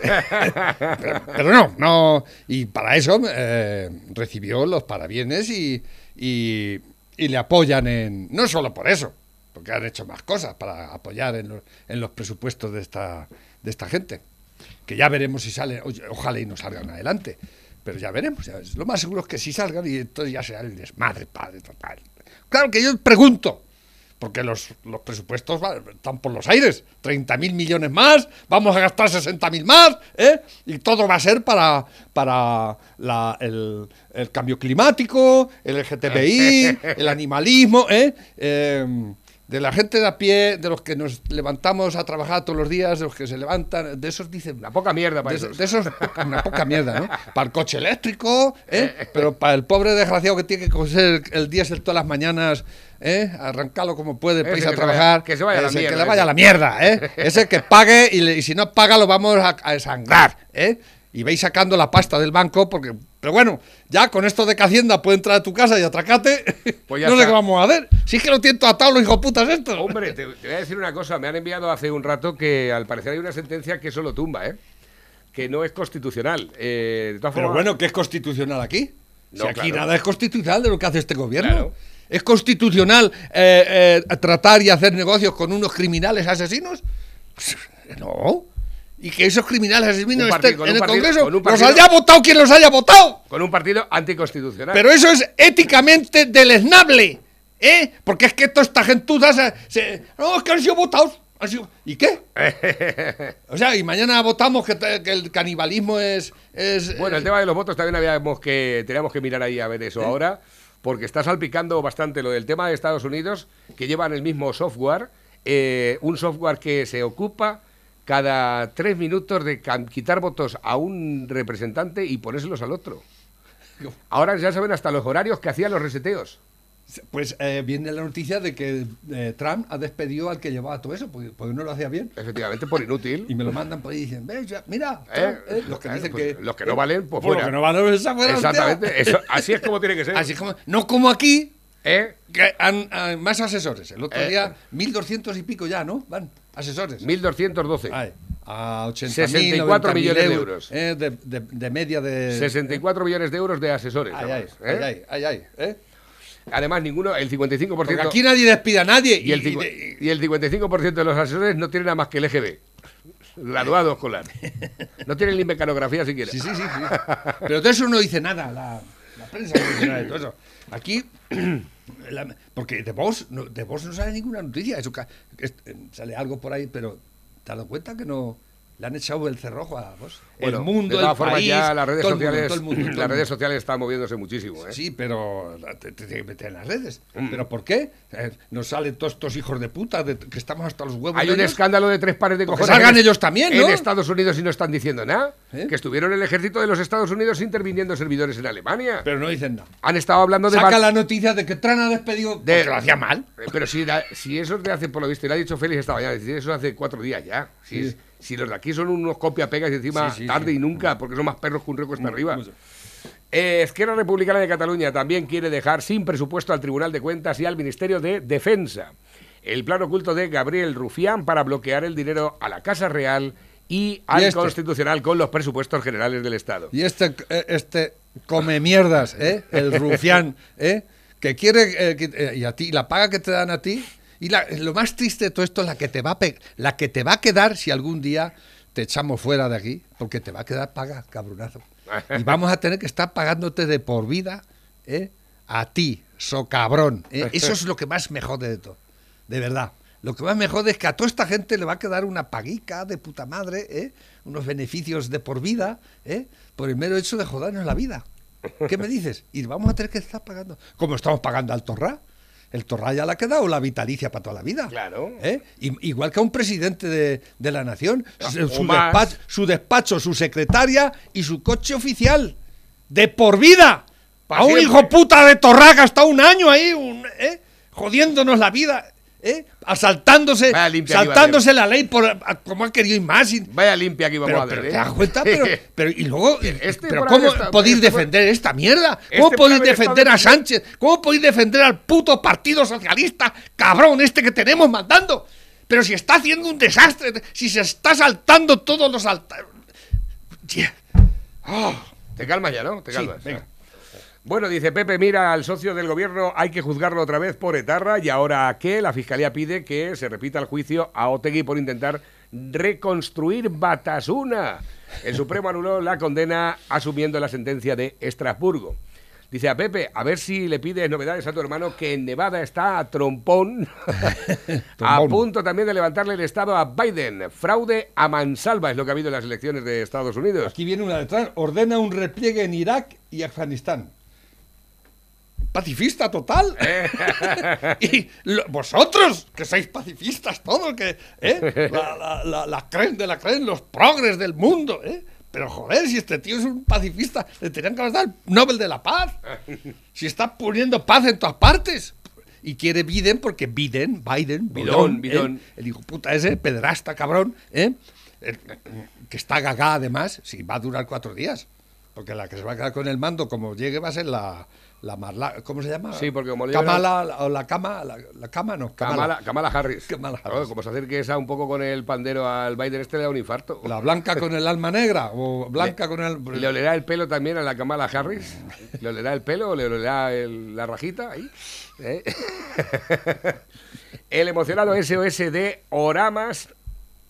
Pero no. Y para eso recibió los parabienes y le apoyan no solo por eso, porque han hecho más cosas para apoyar en los presupuestos de esta gente. Que ya veremos si salen, ojalá y no salgan adelante. Pero ya veremos, lo más seguro es que sí salgan y entonces ya será el desmadre, padre, total. Claro que yo pregunto, porque los presupuestos están por los aires, 30.000 millones más, vamos a gastar 60.000 más, y todo va a ser para el cambio climático, el LGTBI, el animalismo, de la gente de a pie, de los que nos levantamos a trabajar todos los días, de los que se levantan, de esos dicen... Una poca mierda para de esos una poca mierda, ¿no? Para el coche eléctrico, pero para el pobre desgraciado que tiene que coger el diésel todas las mañanas, arrancarlo como puede, para irse a trabajar, que se vaya a la mierda, que le vaya a la mierda, ese que pague y si no paga lo vamos a desangrar, y vais sacando la pasta del banco porque... Pero bueno, ya con esto de que Hacienda puede entrar a tu casa y atracarte, pues no sé qué vamos a hacer. Si es que lo tienen todo atado los hijoputas estos. Hombre, te voy a decir una cosa. Me han enviado hace un rato que al parecer hay una sentencia que eso lo tumba, que no es constitucional. De todas formas, pero bueno, ¿qué es constitucional aquí? No, si aquí claro. Nada es constitucional de lo que hace este gobierno. Claro. ¿Es constitucional tratar y hacer negocios con unos criminales asesinos? No. y que esos criminales asesinos estén con en un el partido- Congreso, con un los partido- haya votado quien los haya votado. Con un partido anticonstitucional. Pero eso es éticamente deleznable, ¿eh? Porque es que toda esta gentuza no, es que han sido votados. ¿Y qué? O sea, y mañana votamos que el canibalismo es Bueno, el tema de los votos también teníamos que mirar ahí a ver eso ahora, porque está salpicando bastante lo del tema de Estados Unidos, que llevan el mismo software, un software que se ocupa cada 3 minutos de quitar votos a un representante y ponérselos al otro. Ahora ya saben hasta los horarios que hacían los reseteos. Pues viene la noticia de que Trump ha despedido al que llevaba todo eso, porque no lo hacía bien. Efectivamente, por inútil. Y me lo mandan por ahí y dicen, ¿ves? Mira, Trump, los que dicen pues, que... los que no valen, pues Por fuera. los que no valen, pues afuera, Exactamente, hostia. eso, así es como tiene que ser. Así como, no como aquí, ¿Eh? que han más asesores. El otro día, 1.200 y pico ya, ¿no? Van, asesores. 1.212. Ay, a 80.000, 64 90.000 millones de euros. De media de... 64 millones de euros de asesores. Ay, chavales, ay, ¿eh? Además, ninguno, el 55%. Porque aquí nadie despide a nadie. y el 55% de los asesores no tienen nada más que el EGB. Graduado escolar. No tienen ni mecanografía siquiera. Sí. Pero de eso no dice nada la prensa, no dice nada de todo eso. Aquí, porque de vos no sale ninguna noticia. Eso sale algo por ahí, pero ¿te has dado cuenta que no le han echado el cerrojo a vos? Bueno, el mundo, de todas el formas, país, ya las redes todo el mundo, sociales, todo el mundo, todo el las redes mundo. sociales están moviéndose muchísimo. ¿eh? Sí, pero te tienes que meter en las redes. ¿Pero por qué? Nos salen todos estos hijos de puta que estamos hasta los huevos. Hay de un ellos. escándalo de 3 pares de Porque cojones. salgan ellos también, ¿no? En Estados Unidos y no están diciendo nada. ¿Eh? Que estuvieron el ejército de los Estados Unidos interviniendo servidores en Alemania. Pero no dicen nada. Han estado hablando de... Saca la noticia de que Trump ha despedido porque lo hacía mal. Pero si eso es de hace, por lo visto, y lo ha dicho Félix esta mañana, si eso hace 4 días ya. Si los de aquí son unos copia-pegas y encima tarde y nunca, porque son más perros que un recuesta arriba. Esquerra Republicana de Cataluña también quiere dejar sin presupuesto al Tribunal de Cuentas y al Ministerio de Defensa el plan oculto de Gabriel Rufián para bloquear el dinero a la Casa Real y al Constitucional con los presupuestos generales del Estado. Y este come mierdas, el Rufián, que quiere y a ti la paga que te dan a ti. Y lo más triste de todo esto es la que te va a quedar si algún día te echamos fuera de aquí, porque te va a quedar paga, cabronazo. Y vamos a tener que estar pagándote de por vida, a ti, cabrón. Eso es lo que más me jode de todo, de verdad. Lo que más me jode es que a toda esta gente le va a quedar una paguica de puta madre, unos beneficios de por vida, por el mero hecho de jodernos la vida. ¿Qué me dices? Y vamos a tener que estar pagando, como estamos pagando al Torrá. El Torrá ya le ha quedado la vitalicia para toda la vida. Claro. Igual que a un presidente de la nación, su despacho, su secretaria y su coche oficial. De por vida. A un siempre. hijo puta de Torrá que ha estado un año ahí, jodiéndonos la vida. Saltándose la ley como ha querido y más. Vaya limpia aquí vamos a ver. ¿Te das cuenta? Pero y luego, pero por ¿cómo ahí podéis defender esta mierda? ¿Cómo este podéis por haber defender estado a Sánchez? ¿Cómo podéis defender al puto Partido Socialista cabrón que tenemos mandando? Pero si está haciendo un desastre, si se está saltando todos los altares. Te calmas ya, ¿no? Te calmas. Sí, venga. Bueno, dice Pepe, mira, al socio del gobierno hay que juzgarlo otra vez por etarra y ahora que la Fiscalía pide que se repita el juicio a Otegi por intentar reconstruir Batasuna. El Supremo anuló la condena asumiendo la sentencia de Estrasburgo. Dice a Pepe, a ver si le pides novedades a tu hermano que en Nevada está a trompón, a punto también de levantarle el estado a Biden. Fraude a mansalva es lo que ha habido en las elecciones de Estados Unidos. Aquí viene una detrás. Ordena un repliegue en Irak y Afganistán. Pacifista total. Y vosotros, que sois pacifistas todos, que la creen de la creen, los progres del mundo, Pero joder, si este tío es un pacifista, le tenían que dar el Nobel de la Paz. Si está poniendo paz en todas partes. Y quiere Biden, porque Bidón, el hijo puta ese, pederasta cabrón, que está gagá además, si va a durar 4 días. Porque la que se va a quedar con el mando, como llegue, va a ser la ¿cómo se llama? Sí, porque como Kamala Harris. Kamala Harris. Claro, como se acerque esa un poco con el pandero al Biden le da un infarto. La blanca con el alma negra o blanca con el... ¿Le olerá el pelo también a la Kamala Harris? ¿Le olerá el pelo o le olerá la rajita ahí? El emocionado SOS de Oramas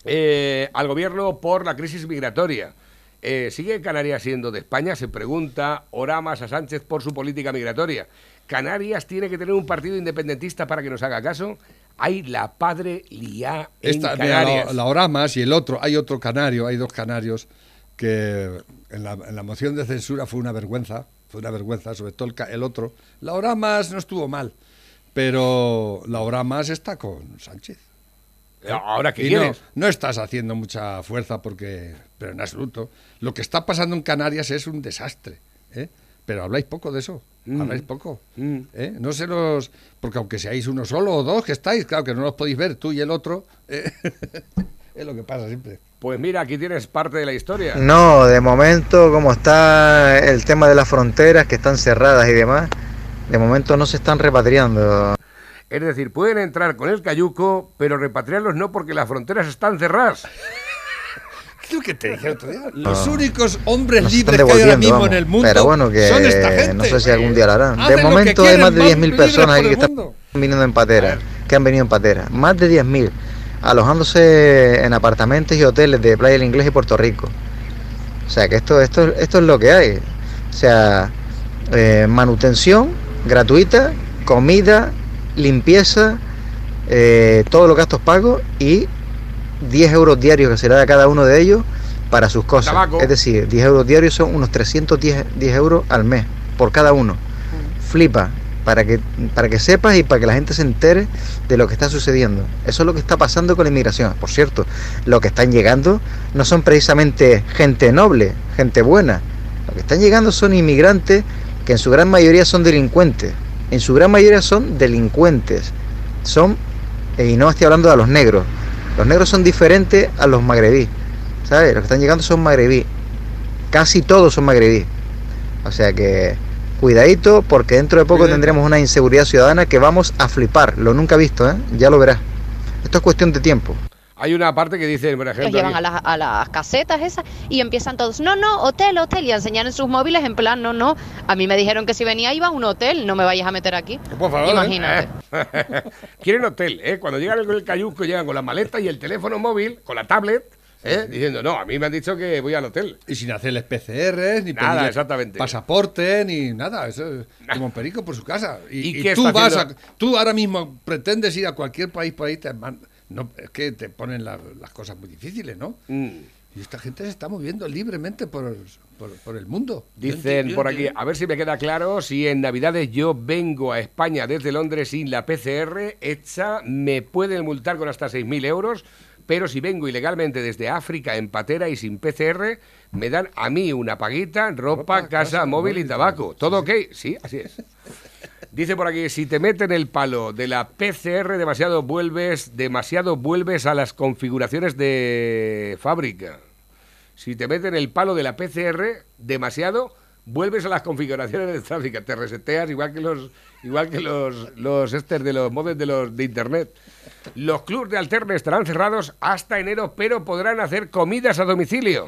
al gobierno por la crisis migratoria. ¿Sigue Canarias siendo de España? Se pregunta Oramas a Sánchez por su política migratoria. ¿Canarias tiene que tener un partido independentista para que nos haga caso? Hay la padre liá en Canarias. La Oramas y el otro, hay otro canario, hay dos canarios que en la moción de censura fue una vergüenza, sobre todo el otro. La Oramas no estuvo mal, pero la Oramas está con Sánchez. ¿Ahora qué y quieres? No estás haciendo mucha fuerza pero en absoluto. Lo que está pasando en Canarias es un desastre, ¿eh? Pero habláis poco de eso, habláis poco. ¿Eh? No se los... Porque aunque seáis uno solo o dos que estáis, claro que no los podéis ver, tú y el otro, es lo que pasa siempre. Pues mira, aquí tienes parte de la historia. No, de momento, como está el tema de las fronteras que están cerradas y demás, de momento no se están repatriando. Es decir, pueden entrar con el cayuco, pero repatriarlos no porque las fronteras están cerradas. ¿Qué es lo que te dije el otro día? Los únicos hombres Nos libres están que hay ahora devolviendo, mismo en el mundo pero bueno, que son esta gente. no sé si algún día lo harán. Hacen De lo momento que hay quieren, más de 10.000 libres personas por aquí el que están mundo. viniendo en patera, que han venido en patera. Más de 10.000, alojándose en apartamentos y hoteles de Playa del Inglés y Puerto Rico. O sea, que esto es lo que hay. O sea, manutención gratuita, comida, limpieza, todos los gastos pagos y 10 euros diarios que se le da a cada uno de ellos para sus cosas. Tabaco. Es decir, 10 euros diarios son unos 310 euros al mes por cada uno. Flipa, para que sepas y para que la gente se entere de lo que está sucediendo. Eso es lo que está pasando con la inmigración. Por cierto, lo que están llegando no son precisamente gente noble, gente buena. Lo que están llegando son inmigrantes que en su gran mayoría son delincuentes. En su gran mayoría son delincuentes. Y no estoy hablando de los negros. Los negros son diferentes a los magrebíes, ¿sabes? Los que están llegando son magrebíes. Casi todos son magrebíes. O sea que cuidadito, porque dentro de poco tendremos una inseguridad ciudadana que vamos a flipar. Lo nunca visto, ¿eh? Ya lo verás. Esto es cuestión de tiempo. Hay una parte que dice, por ejemplo... Los llevan a las casetas esas y empiezan todos, no, hotel, y a enseñar en sus móviles en plan, no. A mí me dijeron que si venía iba a un hotel, no me vayas a meter aquí. Por favor, imagínate. Quieren hotel, ¿eh? Cuando llegan con el cayuco, llegan con la maleta y el teléfono móvil, con la tablet, diciendo, no, a mí me han dicho que voy al hotel. Y sin hacerles PCRs, ni Nada, pedirles exactamente. pasaporte, ni nada. Eso es como un perico por su casa. ¿Y Y qué tú está vas haciendo? tú ahora mismo pretendes ir a cualquier país por ahí, no, es que te ponen las cosas muy difíciles, ¿no? Y esta gente se está moviendo libremente por el mundo. Dicen por aquí, a ver si me queda claro, si en Navidades yo vengo a España desde Londres sin la PCR hecha, me pueden multar con hasta 6.000 euros, pero si vengo ilegalmente desde África en patera y sin PCR, me dan a mí una paguita, ropa, casa, móvil y tabaco. ¿Todo ok? Sí, así es. Dice por aquí, si te meten el palo de la PCR, demasiado vuelves a las configuraciones de fábrica. Si te meten el palo de la PCR, demasiado, vuelves a las configuraciones de fábrica. Te reseteas igual que los de los modems de internet. Los clubs de alterne estarán cerrados hasta enero, pero podrán hacer comidas a domicilio.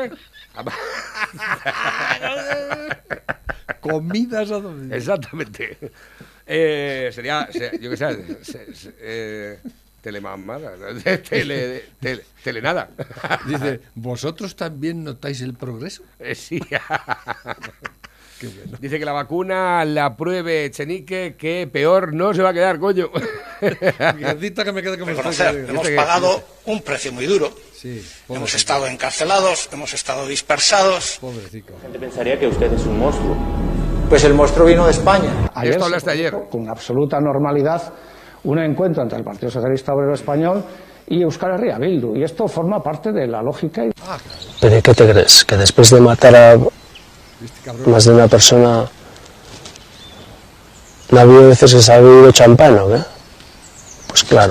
Comidas a domicilio. Exactamente. Sería, yo qué sé, telemamada, telenada. Dice, ¿vosotros también notáis el progreso? Sí. Qué bueno. Dice que la vacuna la pruebe Echenique, que peor no se va a quedar, coño. Necesita que me quede como reconocer, hemos pagado un precio muy duro. Sí, hemos estado encarcelados, hemos estado dispersados. Pobrecito. La gente pensaría que usted es un monstruo. Pues el monstruo vino de España. Esto hablaste ayer. Con absoluta normalidad, un encuentro entre el Partido Socialista Obrero Español y Euskal Herria Bildu. Y esto forma parte de la lógica. ¿Pero qué te crees? ¿Que después de matar a más de una persona no ha habido veces que se ha bebido champán, o qué? Pues claro.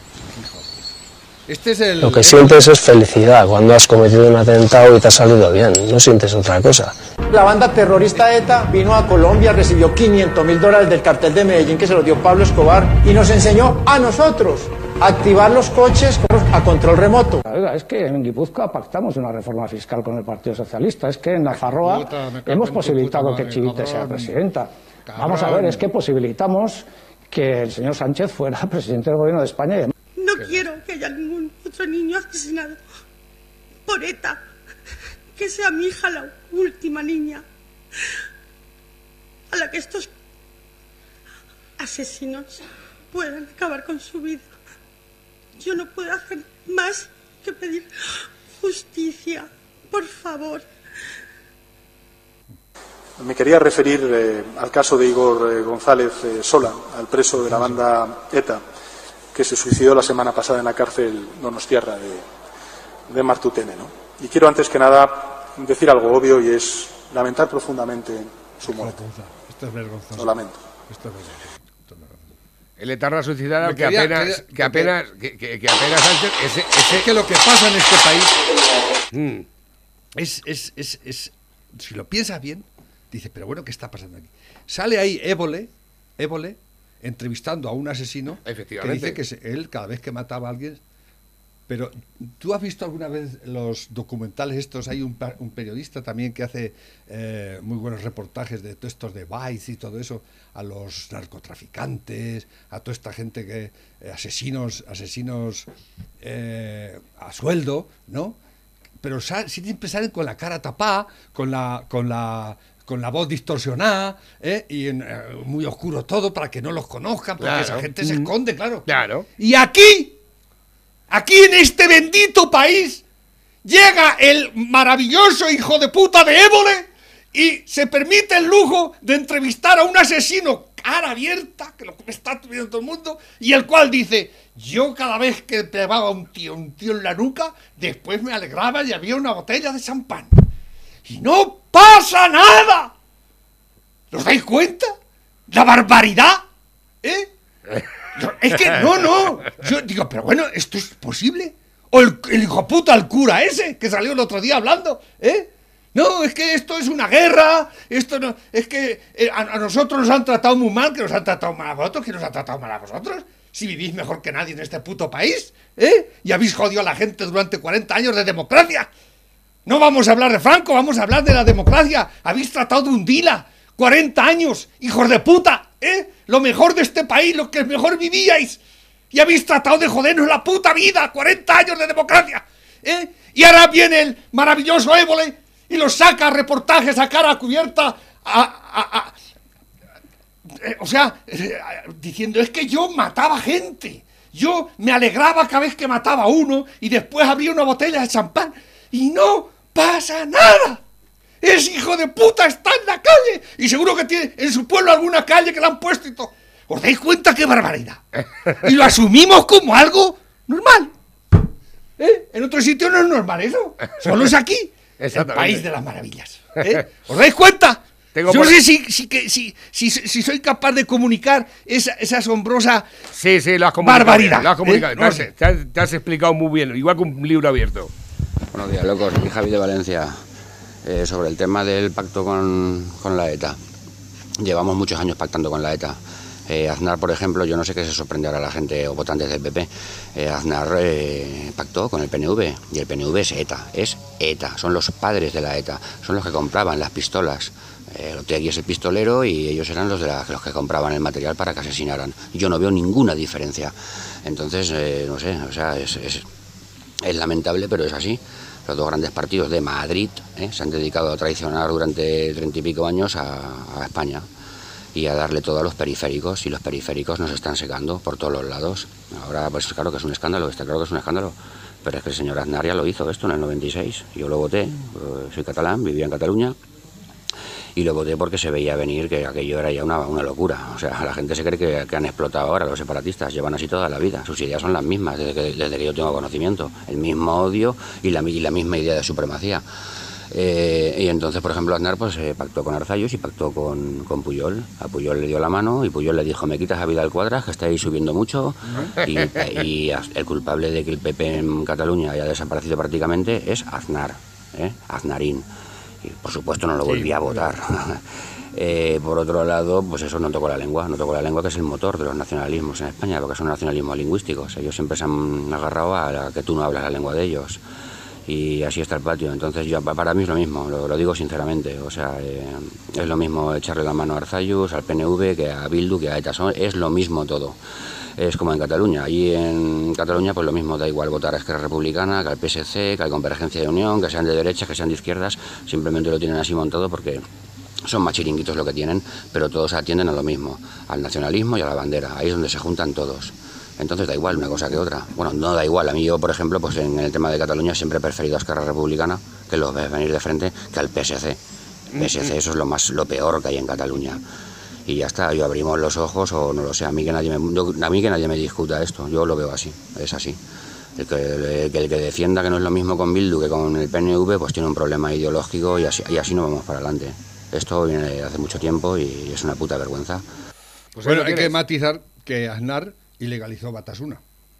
Lo que sientes es felicidad cuando has cometido un atentado y te ha salido bien. No sientes otra cosa. La banda terrorista ETA vino a Colombia, recibió $500.000 del cartel de Medellín que se lo dio Pablo Escobar y nos enseñó a nosotros a activar los coches a control remoto. Oiga, es que en Guipúzcoa pactamos una reforma fiscal con el Partido Socialista. Es que en Nafarroa hemos posibilitado que Chivite sea presidenta. Vamos a ver, es que posibilitamos que el señor Sánchez fuera presidente del Gobierno de España. No quiero que haya ningún otro niño asesinado por ETA. Que sea mi hija la última niña a la que estos asesinos puedan acabar con su vida. Yo no puedo hacer más que pedir justicia, por favor. Me quería referir al caso de Igor González Sola, al preso de la banda ETA, que se suicidó la semana pasada en la cárcel donostiarra de Martutene, ¿no? Y quiero antes que nada decir algo obvio, y es lamentar profundamente su muerte. Esto es vergonzoso. Lo lamento. Esto es vergonzoso. El etarra suicidado que apenas antes... Es que lo que pasa en este país es si lo piensas bien, dice, pero bueno, ¿qué está pasando aquí? Sale ahí Évole, entrevistando a un asesino que dice que él cada vez que mataba a alguien... Pero, ¿tú has visto alguna vez los documentales estos? Hay un periodista también que hace muy buenos reportajes de textos de Vice y todo eso, a los narcotraficantes, a toda esta gente que asesinos a sueldo, ¿no? Pero siempre salen con la cara tapada, con la voz distorsionada, y muy oscuro todo para que no los conozcan, porque esa gente se esconde, claro. Y aquí en este bendito país llega el maravilloso hijo de puta de Évole y se permite el lujo de entrevistar a un asesino cara abierta, que lo está viendo todo el mundo, y el cual dice, yo cada vez que pegaba a un tío en la nuca, después me alegraba y había una botella de champán. Y no pasa nada. ¿Os dais cuenta? La barbaridad, Es que no. Yo digo, pero bueno, ¿esto es posible? O el hijo puta, el cura ese, que salió el otro día hablando, No, es que esto es una guerra, esto no... Es que a nosotros nos han tratado muy mal, que nos han tratado mal a vosotros, que nos han tratado mal a vosotros. Si vivís mejor que nadie en este puto país, y habéis jodido a la gente durante 40 años de democracia. No vamos a hablar de Franco, vamos a hablar de la democracia. Habéis tratado de hundirla 40 años, hijos de puta, Lo mejor de este país, lo que mejor vivíais. Y habéis tratado de jodernos la puta vida, 40 años de democracia, Y ahora viene el maravilloso Évole y los saca reportajes a cara cubierta, diciendo, es que yo mataba gente. Yo me alegraba cada vez que mataba a uno y después abría una botella de champán. Y no pasa nada. Ese hijo de puta está en la calle y seguro que tiene en su pueblo alguna calle que le han puesto y todo. ¿Os dais cuenta qué barbaridad? Y lo asumimos como algo normal. En otro sitio no es normal eso. Solo es aquí. El país de las maravillas. ¿Os dais cuenta? Yo no sé si soy capaz de comunicar esa asombrosa barbaridad. Lo has comunicado. Te has explicado muy bien, igual que un libro abierto. Buenos días, locos. Aquí Javi de Valencia. Sobre el tema del pacto con la ETA. Llevamos muchos años pactando con la ETA. Aznar, por ejemplo, yo no sé qué se sorprende ahora la gente o votantes del PP. Aznar pactó con el PNV y el PNV es ETA, son los padres de la ETA, son los que compraban las pistolas. Otegui es el pistolero y ellos eran los que compraban el material para que asesinaran. Yo no veo ninguna diferencia. Entonces, no sé, o sea, es lamentable, pero es así. Los dos grandes partidos de Madrid se han dedicado a traicionar durante 30 y pico años a España y a darle todo a los periféricos, y los periféricos nos están secando por todos los lados. Ahora, pues claro que es un escándalo, está claro que es un escándalo, pero es que el señor Aznar ya lo hizo esto en el 96. Yo lo voté, soy catalán, vivía en Cataluña, y lo voté porque se veía venir que aquello era ya una locura. O sea, la gente se cree que han explotado ahora, los separatistas llevan así toda la vida, sus ideas son las mismas desde que yo tengo conocimiento, el mismo odio y la misma idea de supremacía. Y entonces, por ejemplo, Aznar pues pactó con Arzayus y pactó con Pujol. A Pujol le dio la mano y Pujol le dijo, me quitas a Vidal Quadras, que estáis subiendo mucho, y el culpable de que el PP en Cataluña haya desaparecido prácticamente es Aznar, Aznarín. Y por supuesto no lo volví a votar. Por otro lado, pues eso, no tocó la lengua, que es el motor de los nacionalismos en España, porque son nacionalismos lingüísticos. Ellos siempre se han agarrado a que tú no hablas la lengua de ellos. y así está el patio. Entonces yo, para mí es lo mismo, lo digo sinceramente, o sea, es lo mismo echarle la mano a Arzallus, al PNV, que a Bildu, que a ETA, es lo mismo todo. Es como en Cataluña. Allí en Cataluña pues lo mismo, da igual votar a Esquerra Republicana, que al PSC, que a Convergencia de Unión, que sean de derechas, que sean de izquierdas, simplemente lo tienen así montado porque son más chiringuitos lo que tienen, pero todos atienden a lo mismo, al nacionalismo y a la bandera. Ahí es donde se juntan todos. Entonces da igual una cosa que otra. Bueno, no da igual. A mí yo, por ejemplo, pues en el tema de Cataluña siempre he preferido a Esquerra Republicana, que los ves venir de frente, que al PSC. PSC, eso es lo peor que hay en Cataluña. Y ya está, yo abrimos los ojos o no lo sé, a mí que nadie me discuta esto, yo lo veo así, es así. El que defienda que no es lo mismo con Bildu que con el PNV, pues tiene un problema ideológico y así no vamos para adelante. Esto viene de hace mucho tiempo y es una puta vergüenza. Pues bueno, hay que matizar que Aznar ilegalizó Batasuna.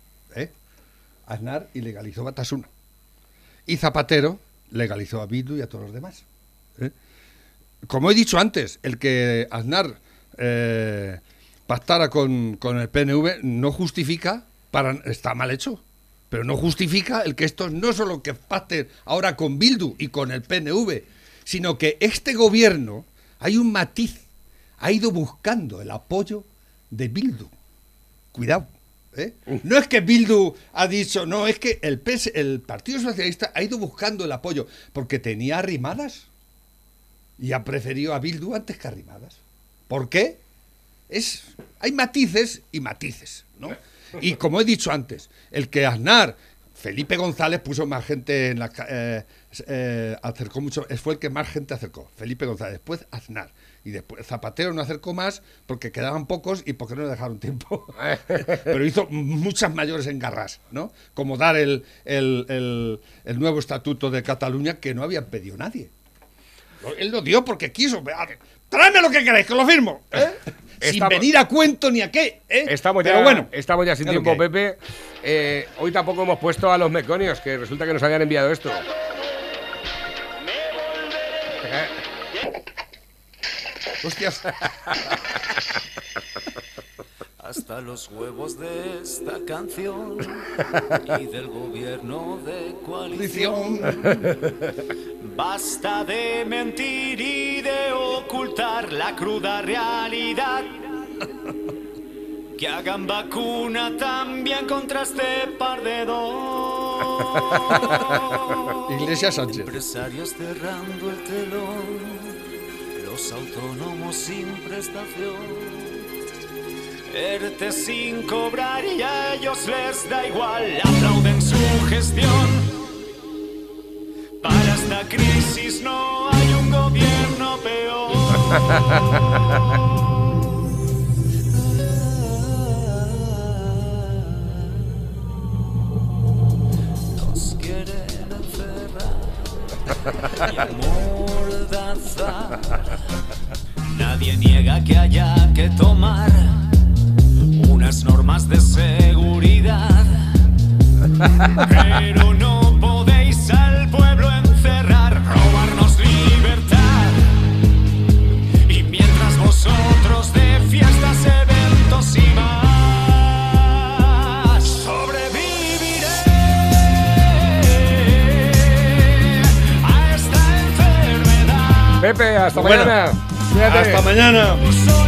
Aznar ilegalizó Batasuna. Y Zapatero legalizó a Bildu y a todos los demás. Como he dicho antes, el que Aznar pactara con el PNV no justifica, está mal hecho, pero no justifica el que estos no solo que pacten ahora con Bildu y con el PNV, sino que este gobierno, hay un matiz, ha ido buscando el apoyo de Bildu. Cuidado. No es que Bildu ha dicho, no, es que el Partido Socialista ha ido buscando el apoyo, porque tenía Arrimadas y ha preferido a Bildu antes que a Arrimadas. ¿Por qué? Hay matices y matices, ¿no? Y como he dicho antes, el que Aznar, Felipe González puso más gente en la acercó mucho, fue el que más gente acercó, Felipe González, después Aznar, y después Zapatero no acercó más porque quedaban pocos y porque no le dejaron tiempo. Pero hizo muchas mayores engarras, ¿no? Como dar el nuevo estatuto de Cataluña que no había pedido nadie. Él lo dio porque quiso. Tráeme lo que queráis, que lo firmo. Sin venir a cuento ni a qué. Estamos ya sin tiempo, Pepe. Hoy tampoco hemos puesto a los meconios, que resulta que nos habían enviado esto. Hostias. Hasta los huevos de esta canción y del gobierno de coalición. Basta de mentir y de ocultar la cruda realidad. Que hagan vacuna también contra este par de dos. Iglesias Sánchez. Empresarios cerrando el telón, los autónomos sin prestación. ERTE sin cobrar y a ellos les da igual, aplauden su gestión. Para esta crisis no hay un gobierno peor. Nos quieren encerrar y amordazar. Nadie niega que haya que tomar unas normas de seguridad, pero no podéis al pueblo encerrar, robarnos libertad. Y mientras vosotros de fiestas, eventos y más, sobreviviré a esta enfermedad. Pepe, hasta mañana. Hasta mañana.